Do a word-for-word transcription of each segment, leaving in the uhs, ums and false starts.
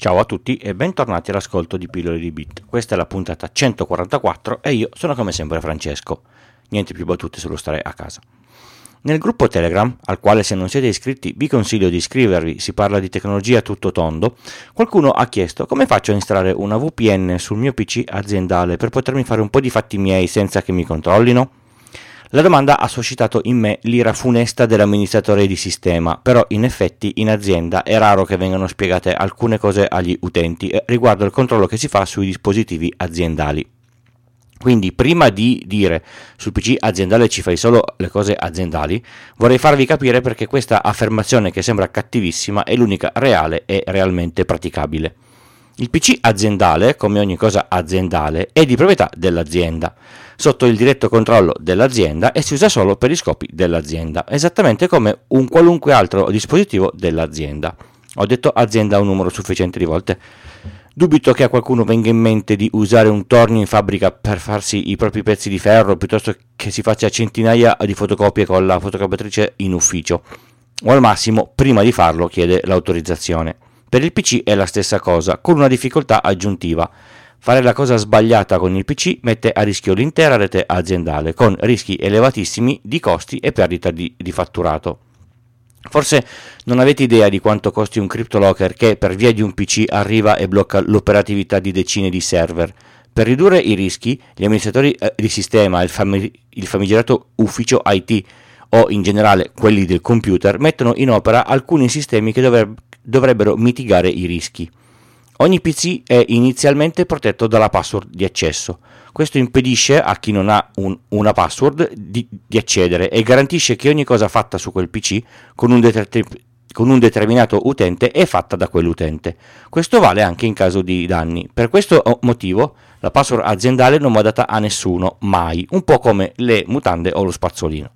Ciao a tutti e bentornati all'ascolto di Pillole di Bit. Questa è la puntata centoquarantaquattro e io sono come sempre Francesco. Niente più battute sullo stare a casa. Nel gruppo Telegram, al quale se non siete iscritti vi consiglio di iscrivervi, si parla di tecnologia a tutto tondo, qualcuno ha chiesto come faccio a installare una V P N sul mio P C aziendale per potermi fare un po' di fatti miei senza che mi controllino? La domanda ha suscitato in me l'ira funesta dell'amministratore di sistema, però in effetti in azienda è raro che vengano spiegate alcune cose agli utenti riguardo il controllo che si fa sui dispositivi aziendali. Quindi prima di dire sul P C aziendale ci fai solo le cose aziendali, vorrei farvi capire perché questa affermazione che sembra cattivissima è l'unica reale e realmente praticabile. Il P C aziendale, come ogni cosa aziendale, è di proprietà dell'azienda, sotto il diretto controllo dell'azienda e si usa solo per gli scopi dell'azienda, esattamente come un qualunque altro dispositivo dell'azienda. Ho detto azienda un numero sufficiente di volte. Dubito che a qualcuno venga in mente di usare un tornio in fabbrica per farsi i propri pezzi di ferro, piuttosto che si faccia centinaia di fotocopie con la fotocopiatrice in ufficio, o al massimo, prima di farlo, chiede l'autorizzazione. Per il P C è la stessa cosa, con una difficoltà aggiuntiva. Fare la cosa sbagliata con il P C mette a rischio l'intera rete aziendale, con rischi elevatissimi di costi e perdita di, di fatturato. Forse non avete idea di quanto costi un CryptoLocker che per via di un P C arriva e blocca l'operatività di decine di server. Per ridurre i rischi, gli amministratori eh, di sistema, il, fami- il famigerato ufficio I T o in generale quelli del computer mettono in opera alcuni sistemi che dovrebbero dovrebbero mitigare i rischi. Ogni P C è inizialmente protetto dalla password di accesso. Questo impedisce a chi non ha un, una password di, di accedere e garantisce che ogni cosa fatta su quel P C con un, deter- con un determinato utente è fatta da quell'utente. Questo vale anche in caso di danni. Per questo motivo la password aziendale non va data a nessuno, mai, un po' come le mutande o lo spazzolino.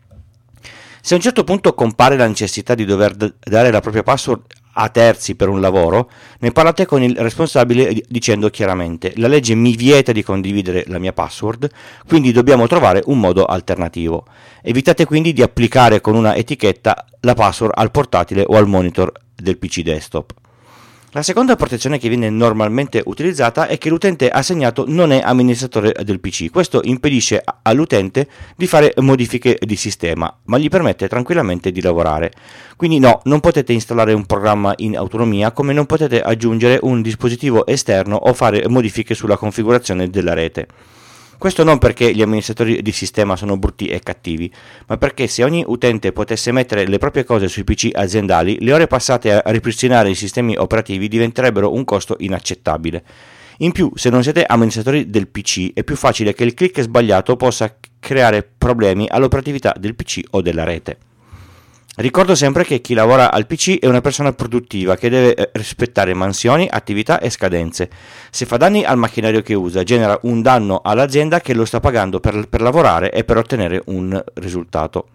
Se a un certo punto compare la necessità di dover d- dare la propria password a terzi per un lavoro, ne parlate con il responsabile dicendo chiaramente: la legge mi vieta di condividere la mia password, quindi dobbiamo trovare un modo alternativo. Evitate quindi di applicare con una etichetta la password al portatile o al monitor del P C desktop. La seconda protezione che viene normalmente utilizzata è che l'utente assegnato non è amministratore del P C. Questo impedisce all'utente di fare modifiche di sistema, ma gli permette tranquillamente di lavorare. Quindi no, non potete installare un programma in autonomia, come non potete aggiungere un dispositivo esterno o fare modifiche sulla configurazione della rete. Questo non perché gli amministratori di sistema sono brutti e cattivi, ma perché se ogni utente potesse mettere le proprie cose sui P C aziendali, le ore passate a ripristinare i sistemi operativi diventerebbero un costo inaccettabile. In più, se non siete amministratori del P C, è più facile che il click sbagliato possa creare problemi all'operatività del P C o della rete. Ricordo sempre che chi lavora al P C è una persona produttiva che deve rispettare mansioni, attività e scadenze. Se fa danni al macchinario che usa, genera un danno all'azienda che lo sta pagando per, per lavorare e per ottenere un risultato.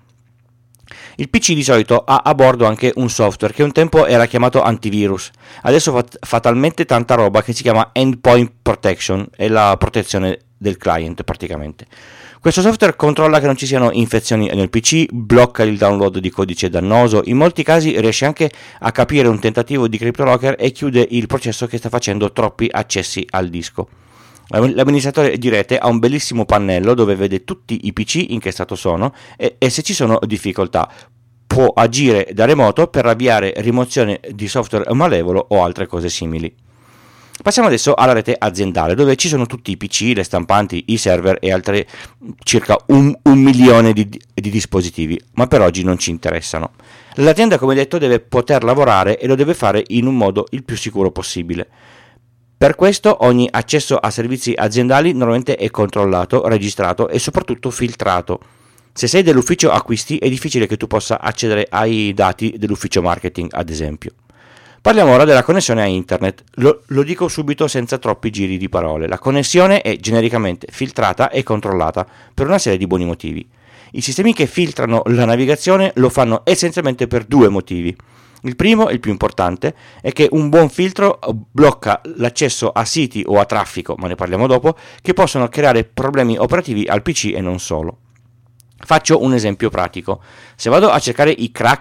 Il P C di solito ha a bordo anche un software che un tempo era chiamato antivirus, adesso fa, fa talmente tanta roba che si chiama Endpoint Protection, è la protezione del client praticamente. Questo software controlla che non ci siano infezioni nel P C, blocca il download di codice dannoso, in molti casi riesce anche a capire un tentativo di CryptoLocker e chiude il processo che sta facendo troppi accessi al disco. L'amministratore di rete ha un bellissimo pannello dove vede tutti i P C in che stato sono e, e se ci sono difficoltà può agire da remoto per avviare rimozione di software malevolo o altre cose simili. Passiamo adesso alla rete aziendale, dove ci sono tutti i P C, le stampanti, i server e altre circa un, un milione di, di dispositivi, ma per oggi non ci interessano. L'azienda, come detto, deve poter lavorare e lo deve fare in un modo il più sicuro possibile. Per questo ogni accesso a servizi aziendali normalmente è controllato, registrato e soprattutto filtrato. Se sei dell'ufficio acquisti è difficile che tu possa accedere ai dati dell'ufficio marketing, ad esempio. Parliamo ora della connessione a internet. Lo, lo dico subito senza troppi giri di parole. La connessione è genericamente filtrata e controllata per una serie di buoni motivi. I sistemi che filtrano la navigazione lo fanno essenzialmente per due motivi. Il primo, il più importante, è che un buon filtro blocca l'accesso a siti o a traffico, ma ne parliamo dopo, che possono creare problemi operativi al P C e non solo. Faccio un esempio pratico. Se vado a cercare i crack per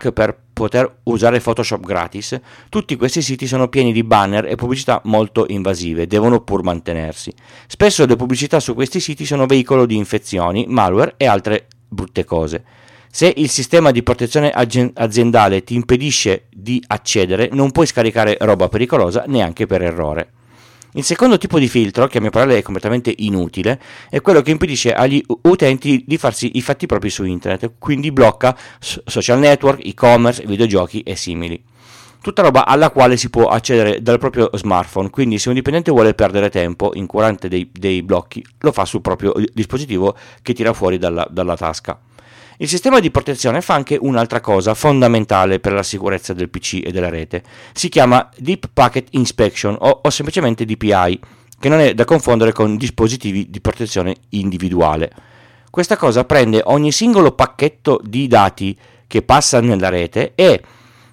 poter usare Photoshop gratis, tutti questi siti sono pieni di banner e pubblicità molto invasive, devono pur mantenersi. Spesso le pubblicità su questi siti sono veicolo di infezioni, malware e altre brutte cose. Se il sistema di protezione aziendale ti impedisce di accedere, non puoi scaricare roba pericolosa neanche per errore. Il secondo tipo di filtro, che a mio parere è completamente inutile, è quello che impedisce agli utenti di farsi i fatti propri su internet, quindi blocca social network, e-commerce, videogiochi e simili. Tutta roba alla quale si può accedere dal proprio smartphone, quindi se un dipendente vuole perdere tempo incurante dei, dei blocchi, lo fa sul proprio dispositivo che tira fuori dalla, dalla tasca. Il sistema di protezione fa anche un'altra cosa fondamentale per la sicurezza del P C e della rete. Si chiama Deep Packet Inspection o, o semplicemente D P I, che non è da confondere con dispositivi di protezione individuale. Questa cosa prende ogni singolo pacchetto di dati che passa nella rete e,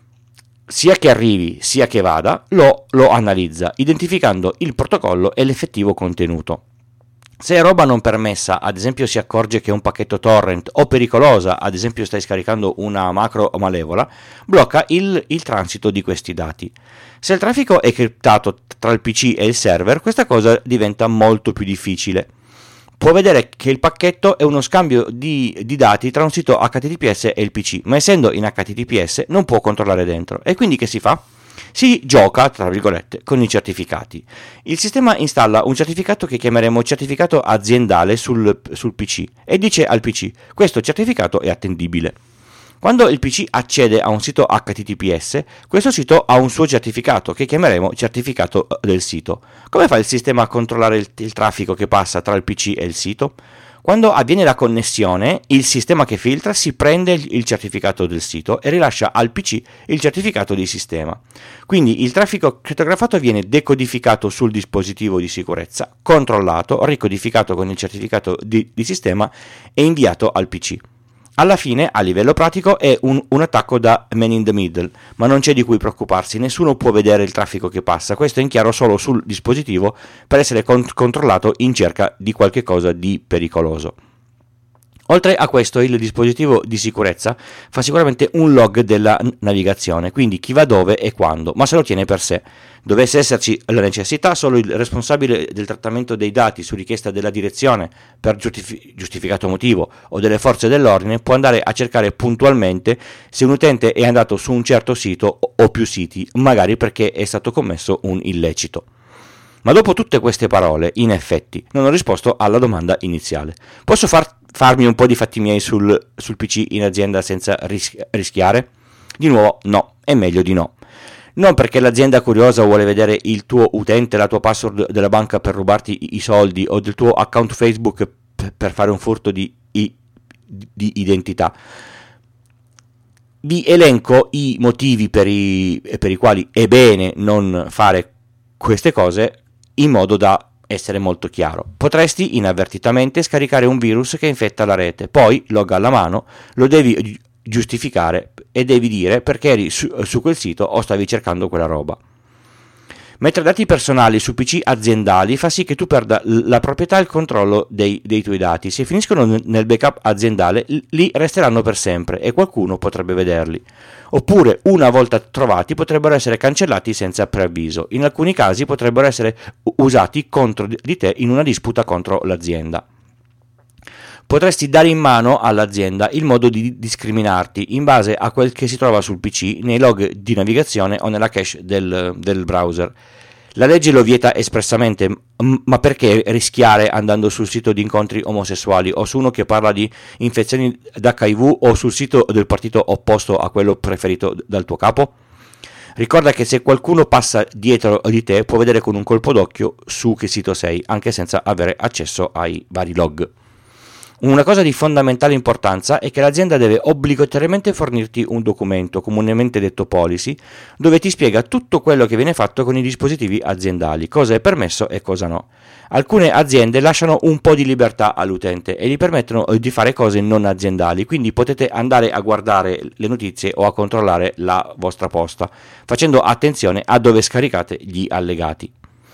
sia che arrivi sia che vada, lo, lo analizza, identificando il protocollo e l'effettivo contenuto. Se roba non permessa, ad esempio si accorge che è un pacchetto torrent, o pericolosa, ad esempio stai scaricando una macro malevola, blocca il, il transito di questi dati. Se il traffico è criptato tra il P C e il server, questa cosa diventa molto più difficile. Può vedere che il pacchetto è uno scambio di, di dati tra un sito H T T P S e il P C, ma essendo in H T T P S non può controllare dentro. E quindi che si fa? Si gioca, tra virgolette, con i certificati. Il sistema installa un certificato che chiameremo certificato aziendale sul, sul P C e dice al P C: questo certificato è attendibile. Quando il P C accede a un sito H T T P S, questo sito ha un suo certificato che chiameremo certificato del sito. Come fa il sistema a controllare il, il traffico che passa tra il P C e il sito? Quando avviene la connessione, il sistema che filtra si prende il certificato del sito e rilascia al P C il certificato di sistema. Quindi il traffico crittografato viene decodificato sul dispositivo di sicurezza, controllato, ricodificato con il certificato di, di sistema e inviato al P C. Alla fine, a livello pratico, è un, un attacco da man in the middle, ma non c'è di cui preoccuparsi, nessuno può vedere il traffico che passa, questo è in chiaro solo sul dispositivo per essere con- controllato in cerca di qualche cosa di pericoloso. Oltre a questo, il dispositivo di sicurezza fa sicuramente un log della navigazione, quindi chi va dove e quando, ma se lo tiene per sé. Dovesse esserci la necessità, solo il responsabile del trattamento dei dati su richiesta della direzione per giustifi- giustificato motivo o delle forze dell'ordine può andare a cercare puntualmente se un utente è andato su un certo sito o più siti, magari perché è stato commesso un illecito. Ma dopo tutte queste parole, in effetti, non ho risposto alla domanda iniziale. Posso far, farmi un po' di fatti miei sul, sul P C in azienda senza ris- rischiare? Di nuovo, no, è meglio di no. Non perché l'azienda curiosa vuole vedere il tuo utente, la tua password della banca per rubarti i soldi o del tuo account Facebook p- per fare un furto di, i, di identità. Vi elenco i motivi per i, per i quali è bene non fare queste cose in modo da essere molto chiaro. Potresti inavvertitamente scaricare un virus che infetta la rete, poi log alla mano, lo devi giustificare e devi dire perché eri su, su quel sito o stavi cercando quella roba. Mettere dati personali su P C aziendali fa sì che tu perda la proprietà e il controllo dei, dei tuoi dati. Se finiscono nel backup aziendale, lì resteranno per sempre e qualcuno potrebbe vederli. Oppure, una volta trovati, potrebbero essere cancellati senza preavviso. In alcuni casi potrebbero essere usati contro di te in una disputa contro l'azienda. Potresti dare in mano all'azienda il modo di discriminarti in base a quel che si trova sul P C, nei log di navigazione o nella cache del, del browser. La legge lo vieta espressamente, ma perché rischiare andando sul sito di incontri omosessuali o su uno che parla di infezioni d'H I V o sul sito del partito opposto a quello preferito dal tuo capo? Ricorda che se qualcuno passa dietro di te può vedere con un colpo d'occhio su che sito sei, anche senza avere accesso ai vari log. Una cosa di fondamentale importanza è che l'azienda deve obbligatoriamente fornirti un documento, comunemente detto policy, dove ti spiega tutto quello che viene fatto con i dispositivi aziendali, cosa è permesso e cosa no. Alcune aziende lasciano un po' di libertà all'utente e gli permettono di fare cose non aziendali, quindi potete andare a guardare le notizie o a controllare la vostra posta, facendo attenzione a dove scaricate gli allegati.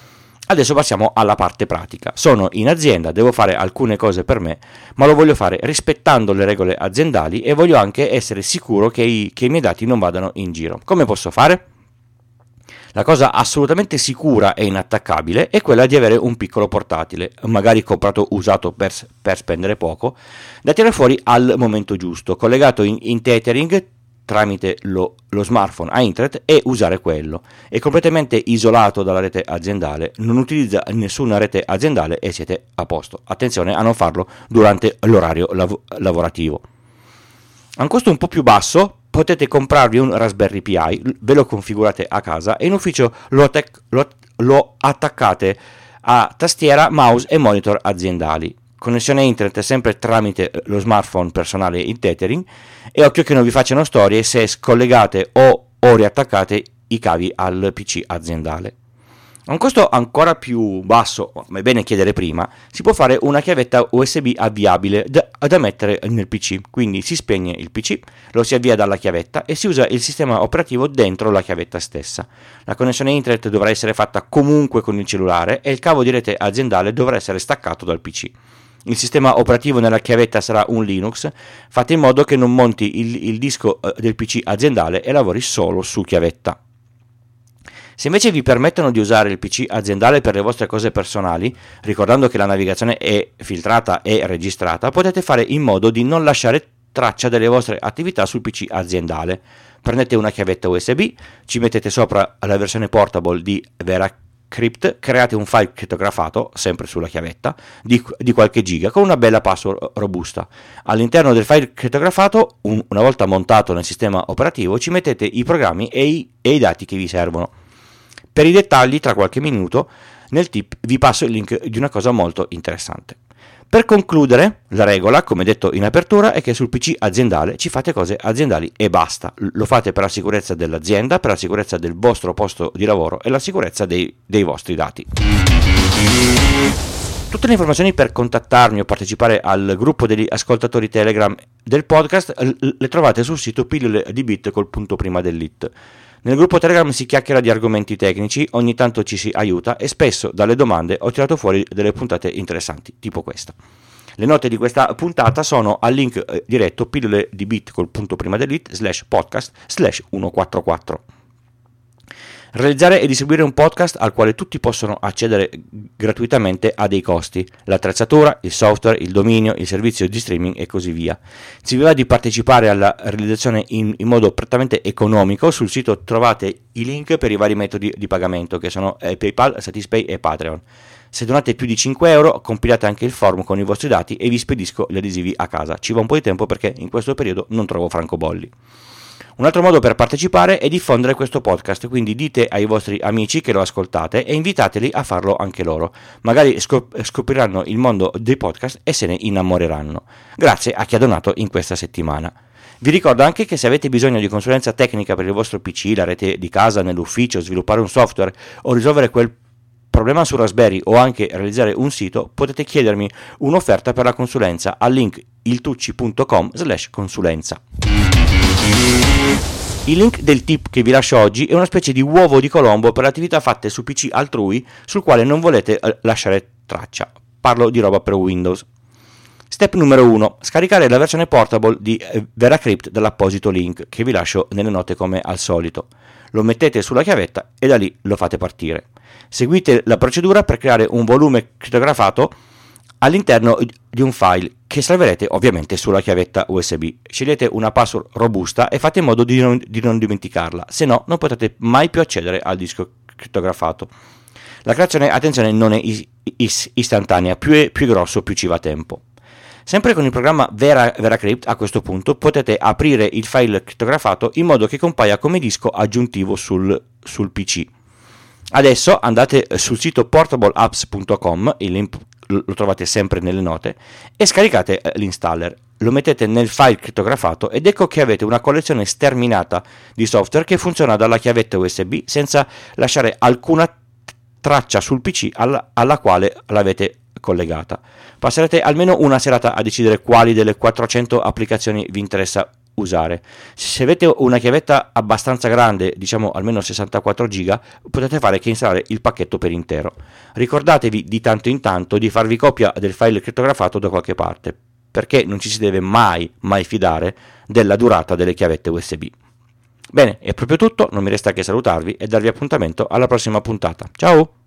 Adesso passiamo alla parte pratica. Sono in azienda, devo fare alcune cose per me, ma lo voglio fare rispettando le regole aziendali e voglio anche essere sicuro che i, che i miei dati non vadano in giro. Come posso fare? La cosa assolutamente sicura e inattaccabile è quella di avere un piccolo portatile, magari comprato usato per, per spendere poco, da tirare fuori al momento giusto, collegato in, in tethering tramite lo, lo smartphone a internet e usare quello. È completamente isolato dalla rete aziendale, non utilizza nessuna rete aziendale e siete a posto. Attenzione a non farlo durante l'orario lav- lavorativo. A un costo un po' più basso potete comprarvi un Raspberry Pi, ve lo configurate a casa e in ufficio lo, attac- lo, lo attaccate a tastiera, mouse e monitor aziendali. Connessione internet sempre tramite lo smartphone personale in tethering e occhio che non vi facciano storie se scollegate o, o riattaccate i cavi al P C aziendale. A un costo ancora più basso, ma è bene chiedere prima, si può fare una chiavetta U S B avviabile da, da mettere nel P C, quindi si spegne il P C, lo si avvia dalla chiavetta e si usa il sistema operativo dentro la chiavetta stessa. La connessione internet dovrà essere fatta comunque con il cellulare e il cavo di rete aziendale dovrà essere staccato dal P C. Il sistema operativo nella chiavetta sarà un Linux, fate in modo che non monti il, il disco del P C aziendale e lavori solo su chiavetta. Se invece vi permettono di usare il P C aziendale per le vostre cose personali, ricordando che la navigazione è filtrata e registrata, potete fare in modo di non lasciare traccia delle vostre attività sul P C aziendale. Prendete una chiavetta U S B, ci mettete sopra la versione portable di VeraCrypt, create un file crittografato, sempre sulla chiavetta, di, di qualche giga, con una bella password robusta. All'interno del file crittografato, un, una volta montato nel sistema operativo, ci mettete i programmi e i, e i dati che vi servono. Per i dettagli, tra qualche minuto, nel tip vi passo il link di una cosa molto interessante. Per concludere, la regola, come detto in apertura, è che sul P C aziendale ci fate cose aziendali e basta. Lo fate per la sicurezza dell'azienda, per la sicurezza del vostro posto di lavoro e la sicurezza dei, dei vostri dati. Tutte le informazioni per contattarmi o partecipare al gruppo degli ascoltatori Telegram del podcast le trovate sul sito pillole di bit col punto prima dell'it. Nel gruppo Telegram si chiacchiera di argomenti tecnici, ogni tanto ci si aiuta e spesso dalle domande ho tirato fuori delle puntate interessanti, tipo questa. Le note di questa puntata sono al link eh, diretto pillole di bit col punto prima dell'it slash podcast slash centoquarantaquattro. Realizzare e distribuire un podcast al quale tutti possono accedere gratuitamente ha dei costi: l'attrezzatura, il software, il dominio, il servizio di streaming e così via. Se vi va di partecipare alla realizzazione in, in modo prettamente economico, sul sito trovate i link per i vari metodi di pagamento che sono PayPal, Satispay e Patreon. Se donate più di cinque euro, compilate anche il form con i vostri dati e vi spedisco gli adesivi a casa. Ci va un po' di tempo perché in questo periodo non trovo francobolli. Un altro modo per partecipare è diffondere questo podcast, quindi dite ai vostri amici che lo ascoltate e invitateli a farlo anche loro. Magari scop- scopriranno il mondo dei podcast e se ne innamoreranno. Grazie a chi ha donato in questa settimana. Vi ricordo anche che se avete bisogno di consulenza tecnica per il vostro P C, la rete di casa, nell'ufficio, sviluppare un software o risolvere quel problema su Raspberry o anche realizzare un sito, potete chiedermi un'offerta per la consulenza al link iltucci punto com slash consulenza. Il link del tip che vi lascio oggi è una specie di uovo di Colombo per attività fatte su P C altrui sul quale non volete lasciare traccia. Parlo di roba per Windows. Step numero uno. Scaricare la versione portable di VeraCrypt dall'apposito link che vi lascio nelle note come al solito. Lo mettete sulla chiavetta e da lì lo fate partire. Seguite la procedura per creare un volume crittografato all'interno di un file che salverete ovviamente sulla chiavetta U S B. Scegliete una password robusta e fate in modo di non, di non dimenticarla, se no non potete mai più accedere al disco crittografato. La creazione, attenzione, non è is- is- istantanea, più è, più è grosso più ci va tempo. Sempre con il programma Vera, VeraCrypt a questo punto potete aprire il file crittografato in modo che compaia come disco aggiuntivo sul, sul P C. Adesso andate sul sito portable apps punto com, il link lo trovate sempre nelle note, e scaricate l'installer. Lo mettete nel file crittografato ed ecco che avete una collezione sterminata di software che funziona dalla chiavetta U S B senza lasciare alcuna traccia sul P C alla, alla quale l'avete collegata. Passerete almeno una serata a decidere quali delle quattrocento applicazioni vi interessa usare. Se avete una chiavetta abbastanza grande, diciamo almeno sessantaquattro giga, potete fare che installare il pacchetto per intero. Ricordatevi di tanto in tanto di farvi copia del file crittografato da qualche parte, perché non ci si deve mai, mai fidare della durata delle chiavette U S B. Bene, è proprio tutto, non mi resta che salutarvi e darvi appuntamento alla prossima puntata. Ciao!